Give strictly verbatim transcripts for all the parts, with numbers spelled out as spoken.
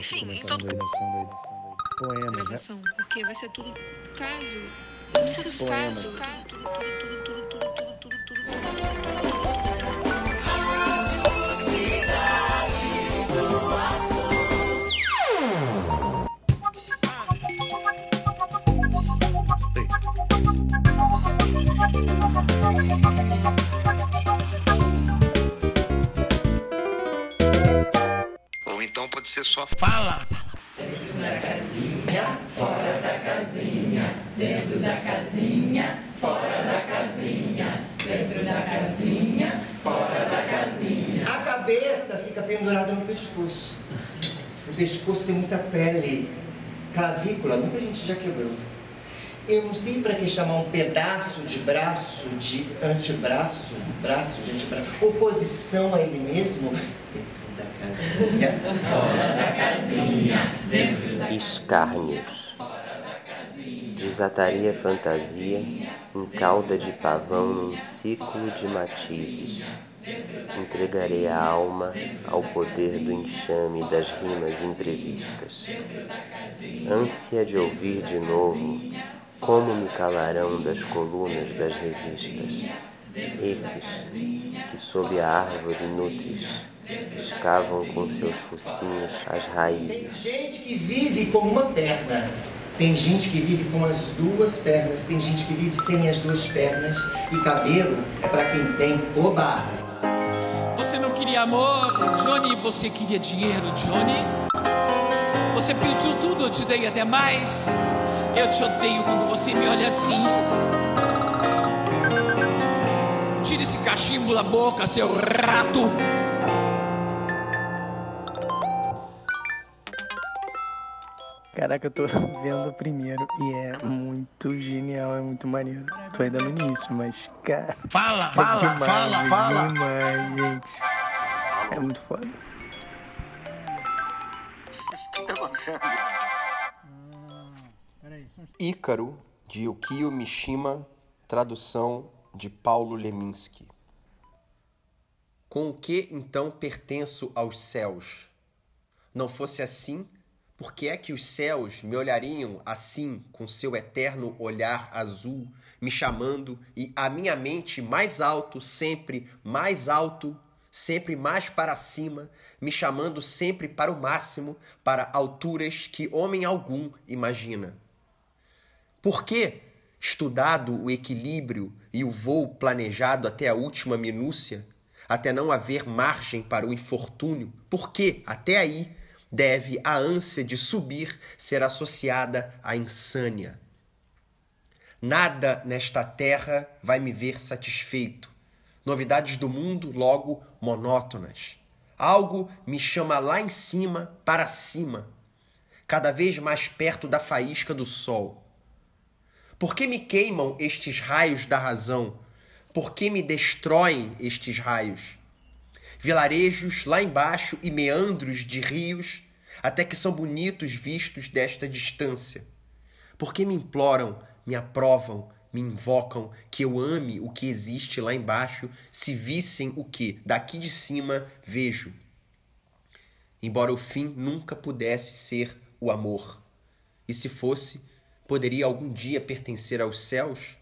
Enfim, então... Poemas, gravação, né? Porque vai ser tudo caso. Não precisa de caso, caso, tudo, tudo, tudo, tudo, tudo, tudo, tudo, tudo, tudo. Ou então pode ser só fala. Dentro da casinha, fora da casinha, dentro da casinha, fora da casinha, dentro da casinha, fora da casinha. A cabeça fica pendurada no pescoço. O pescoço tem muita pele. Clavícula, muita gente já quebrou. Eu não sei para que chamar um pedaço de braço de antebraço, braço de antebraço, oposição a ele mesmo. Casinha. Fora da casinha, dentro da escárnios. Desataria fantasia em cauda de pavão num ciclo de matizes. Entregarei a alma ao poder do enxame das rimas imprevistas. Ânsia de ouvir de novo, como me calarão das colunas das revistas. Esses que sob a árvore nutris escavam com seus focinhos as raízes. Tem gente que vive com uma perna, tem gente que vive com as duas pernas, tem gente que vive sem as duas pernas, e cabelo é pra quem tem oba. Você não queria amor, Johnny, você queria dinheiro, Johnny. Você pediu tudo, eu te dei até mais. Eu te odeio quando você me olha assim. Tira esse cachimbo da boca, seu rato. Caraca, eu tô vendo o primeiro e é muito genial, é muito maneiro. Tô ainda no início, mas, cara... Fala, é fala, demais, fala, é fala! demais, gente. É muito foda. O que tá acontecendo? Ícaro, de Yukio Mishima, tradução de Paulo Leminski. Com o que, então, pertenço aos céus? Não fosse assim... Por que é que os céus me olhariam assim, com seu eterno olhar azul, me chamando e a minha mente mais alto, sempre mais alto, sempre mais para cima, me chamando sempre para o máximo, para alturas que homem algum imagina? Por que, estudado o equilíbrio e o voo planejado até a última minúcia, até não haver margem para o infortúnio, por que, até aí, deve a ânsia de subir ser associada à insânia? Nada nesta terra vai me ver satisfeito. Novidades do mundo, logo monótonas. Algo me chama lá em cima, para cima, cada vez mais perto da faísca do sol. Por que me queimam estes raios da razão? Por que me destroem estes raios? Vilarejos lá embaixo e meandros de rios, até que são bonitos vistos desta distância. Por que me imploram, me aprovam, me invocam que eu ame o que existe lá embaixo, se vissem o que daqui de cima vejo? Embora o fim nunca pudesse ser o amor. E se fosse, poderia algum dia pertencer aos céus?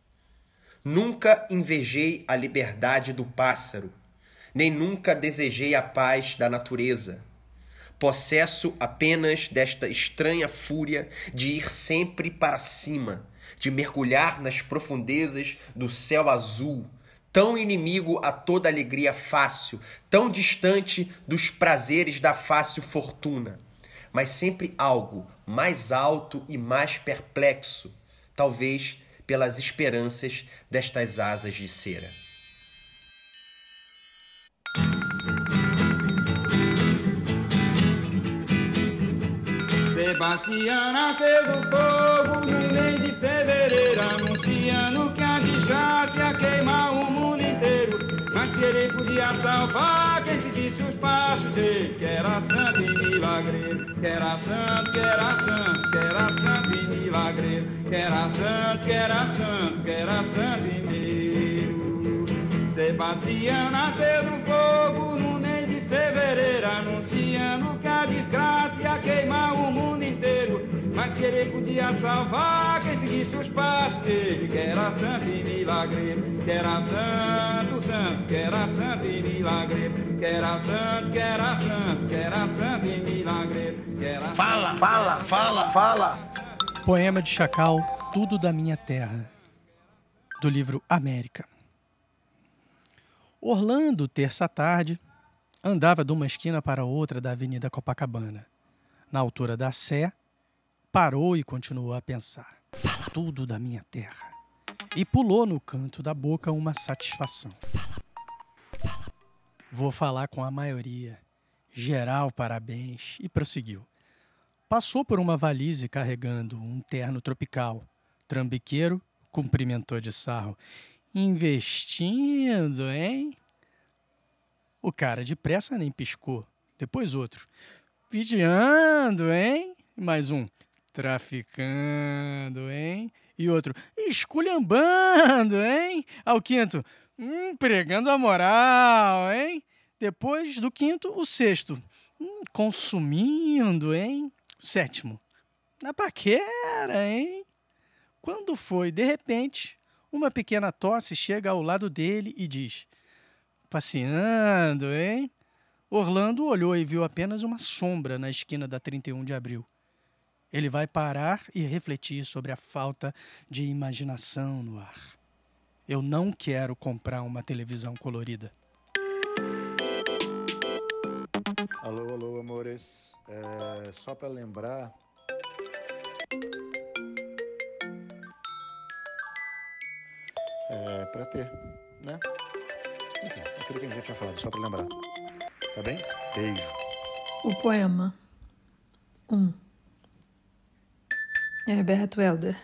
Nunca invejei a liberdade do pássaro, nem nunca desejei a paz da natureza. Possesso apenas desta estranha fúria de ir sempre para cima, de mergulhar nas profundezas do céu azul, tão inimigo a toda alegria fácil, tão distante dos prazeres da fácil fortuna, mas sempre algo mais alto e mais perplexo, talvez pelas esperanças destas asas de cera. Sebastião nasceu do fogo no mês de fevereiro, anunciando que a desgraça ia queimar o mundo inteiro, mas que ele podia salvar quem seguisse os passos dele, que era santo e milagreiro, que era santo, que era santo, que era santo e milagreiro, que era santo, que era santo, que era santo e mineiro. Sebastião nasceu do fogo no mês de fevereiro, anunciando que a desgraça ia ele podia salvar quem seguisse os passos dele, que era santo e milagreiro, que era santo, santo, que era santo e milagreiro, que era santo, que era santo, que era santo e milagreiro, que era... Fala, fala, fala, fala! Poema de Chacal, Tudo da Minha Terra, do livro América. Orlando, terça-tarde, andava de uma esquina para outra da Avenida Copacabana. Na altura da Sé, parou e continuou a pensar. Fala tudo da minha terra. E pulou no canto da boca uma satisfação. Fala, fala. Vou falar com a maioria. Geral, parabéns. E prosseguiu. Passou por uma valise carregando um terno tropical. Trambiqueiro cumprimentou de sarro. Investindo, hein? O cara depressa nem piscou. Depois outro. Vigiando, hein? Mais um. Traficando, hein? E outro. Esculhambando, hein? Ao quinto. Hum, pregando a moral, hein? Depois do quinto, o sexto. Hum, consumindo, hein? Sétimo. Na paquera, hein? Quando foi, de repente, uma pequena tosse chega ao lado dele e diz: passeando, hein? Orlando olhou e viu apenas uma sombra na esquina da trinta e um de abril. Ele vai parar e refletir sobre a falta de imaginação no ar. Eu não quero comprar uma televisão colorida. Alô, alô, amores. É, só para lembrar... É, para ter, né? Enfim, aquilo que a gente já tinha falado, só para lembrar. Tá bem? Beijo. O poema um. Herbert Welder.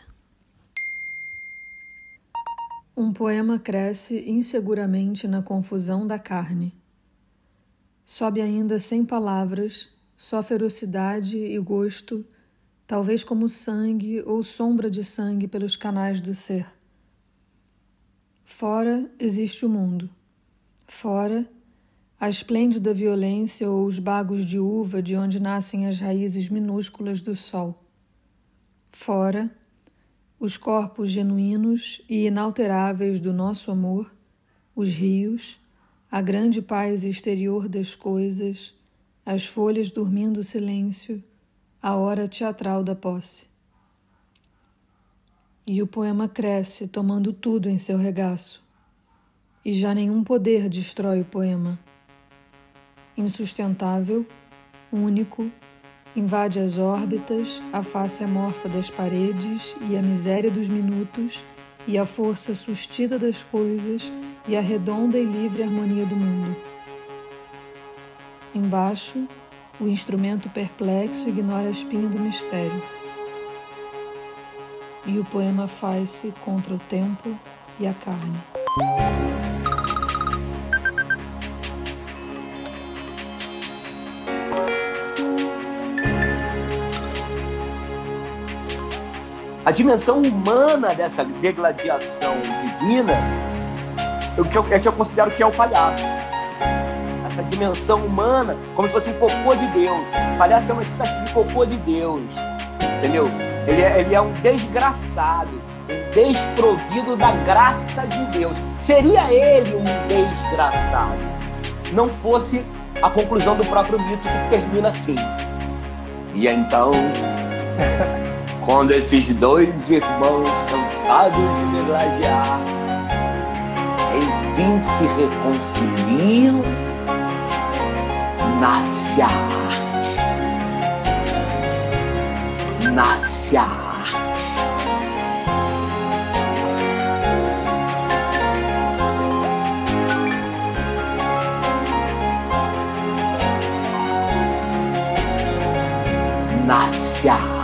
Um poema cresce inseguramente na confusão da carne. Sobe ainda sem palavras, só ferocidade e gosto, talvez como sangue ou sombra de sangue pelos canais do ser. Fora existe o mundo. Fora, a esplêndida violência ou os bagos de uva de onde nascem as raízes minúsculas do sol. Fora, os corpos genuínos e inalteráveis do nosso amor, os rios, a grande paz exterior das coisas, as folhas dormindo o silêncio, a hora teatral da posse. E o poema cresce, tomando tudo em seu regaço. E já nenhum poder destrói o poema. Insustentável, único, invade as órbitas, a face amorfa das paredes e a miséria dos minutos e a força sustida das coisas e a redonda e livre harmonia do mundo. Embaixo, o instrumento perplexo ignora a espinha do mistério. E o poema faz-se contra o tempo e a carne. A dimensão humana dessa degladiação divina é que eu considero que é o palhaço. Essa dimensão humana, como se fosse um cocô de Deus. O palhaço é uma espécie de cocô de Deus, entendeu? Ele é, ele é um desgraçado, um desprovido da graça de Deus. Seria ele um desgraçado, não fosse a conclusão do próprio mito que termina assim. E então, quando esses dois irmãos cansados de degladiar, enfim se reconciliam, nasce a arte. Nasce a arte. Nasce a arte.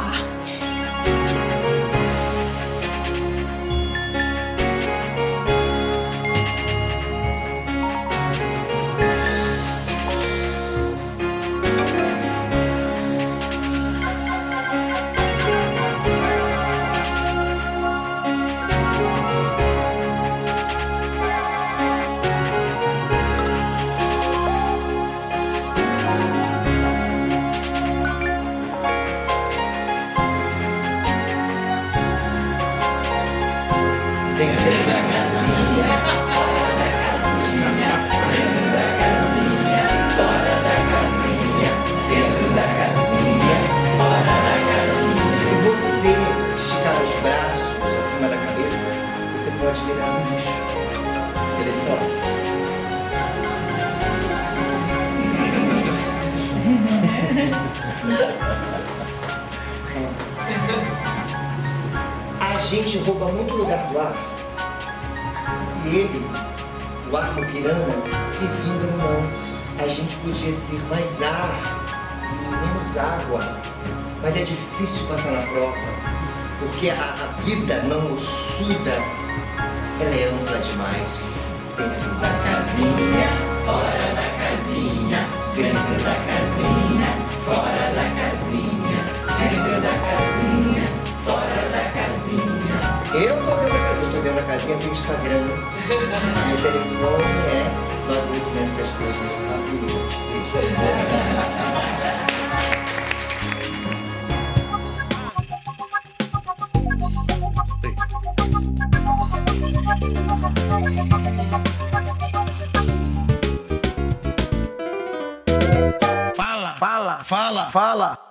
dentro da casinha, fora da casinha, dentro da casinha, fora da casinha, dentro da casinha, fora da casinha. Se você esticar os braços acima da cabeça, você pode virar um bicho. Quer ver só? A gente rouba muito lugar do ar. E ele, o ar muquirana, se vinga no não. A gente podia ser mais ar e menos água. Mas é difícil passar na prova, porque a, a vida não ossuda, ela é ampla demais. Dentro da casinha, fora da casinha, dentro da casinha, fora da casinha, dentro da casinha, fora da casinha. Eu tô dentro da casinha, eu tô dentro da casinha, tenho Instagram. Meu telefone é nove oito seis sete dois seis quatro mil. Beijo. Fala, fala, fala, fala.